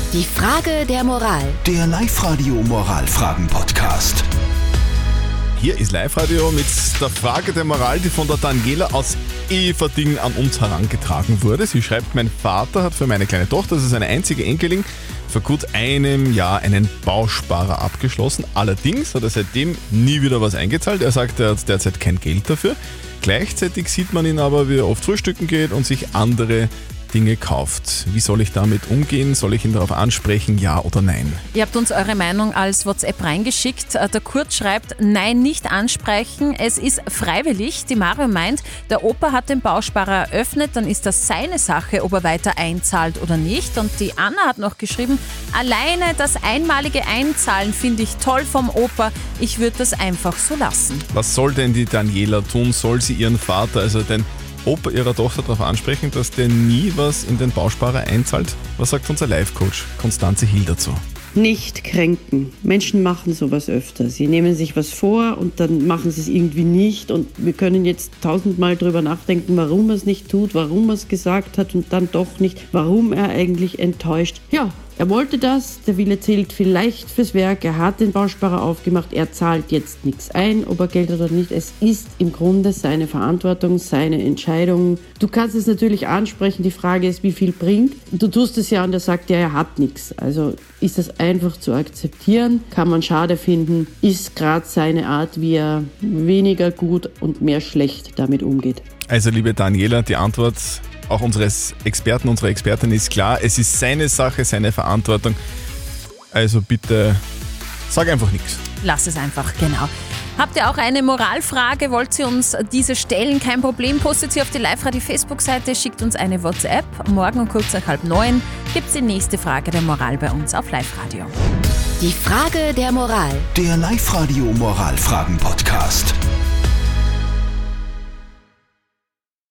Die Frage der Moral. Der Live-Radio-Moralfragen-Podcast. Hier ist Live-Radio mit der Frage der Moral, die von der Daniela aus Everding an uns herangetragen wurde. Sie schreibt, mein Vater hat für meine kleine Tochter, das ist eine einzige Enkelin, vor gut einem Jahr einen Bausparer abgeschlossen. Allerdings hat er seitdem nie wieder was eingezahlt. Er sagt, er hat derzeit kein Geld dafür. Gleichzeitig sieht man ihn aber, wie er oft frühstücken geht und sich andere Dinge kauft. Wie soll ich damit umgehen? Soll ich ihn darauf ansprechen, ja oder nein? Ihr habt uns eure Meinung als WhatsApp reingeschickt. Der Kurt schreibt, nein, nicht ansprechen, es ist freiwillig. Die Mario meint, der Opa hat den Bausparer eröffnet, dann ist das seine Sache, ob er weiter einzahlt oder nicht. Und die Anna hat noch geschrieben, alleine das einmalige Einzahlen finde ich toll vom Opa. Ich würde das einfach so lassen. Was soll denn die Daniela tun? Soll sie ihren Vater, also den Opa ihrer Tochter, darauf ansprechen, dass der nie was in den Bausparer einzahlt? Was sagt unser Life-Coach Konstanze Hill dazu? Nicht kränken. Menschen machen sowas öfter. Sie nehmen sich was vor und dann machen sie es irgendwie nicht. Und wir können jetzt 1000-mal drüber nachdenken, warum er es nicht tut, warum er es gesagt hat und dann doch nicht, warum er eigentlich enttäuscht. Ja, er wollte das, der Wille zählt vielleicht fürs Werk, er hat den Bausparer aufgemacht, er zahlt jetzt nichts ein, ob er Geld hat oder nicht. Es ist im Grunde seine Verantwortung, seine Entscheidung. Du kannst es natürlich ansprechen, die Frage ist, wie viel bringt. Du tust es ja und er sagt ja, er hat nichts. Also ist das einfach zu akzeptieren, kann man schade finden, ist gerade seine Art, wie er weniger gut und mehr schlecht damit umgeht. Also liebe Daniela, die Antwort auch unseres Experten, unserer Expertin ist klar, es ist seine Sache, seine Verantwortung. Also bitte sag einfach nichts. Lass es einfach, genau. Habt ihr auch eine Moralfrage? Wollt ihr uns diese stellen? Kein Problem, postet sie auf die Live-Radio-Facebook-Seite, schickt uns eine WhatsApp. Morgen um kurz nach 8:30 gibt es die nächste Frage der Moral bei uns auf Live-Radio. Die Frage der Moral. Der Live-Radio-Moralfragen-Podcast.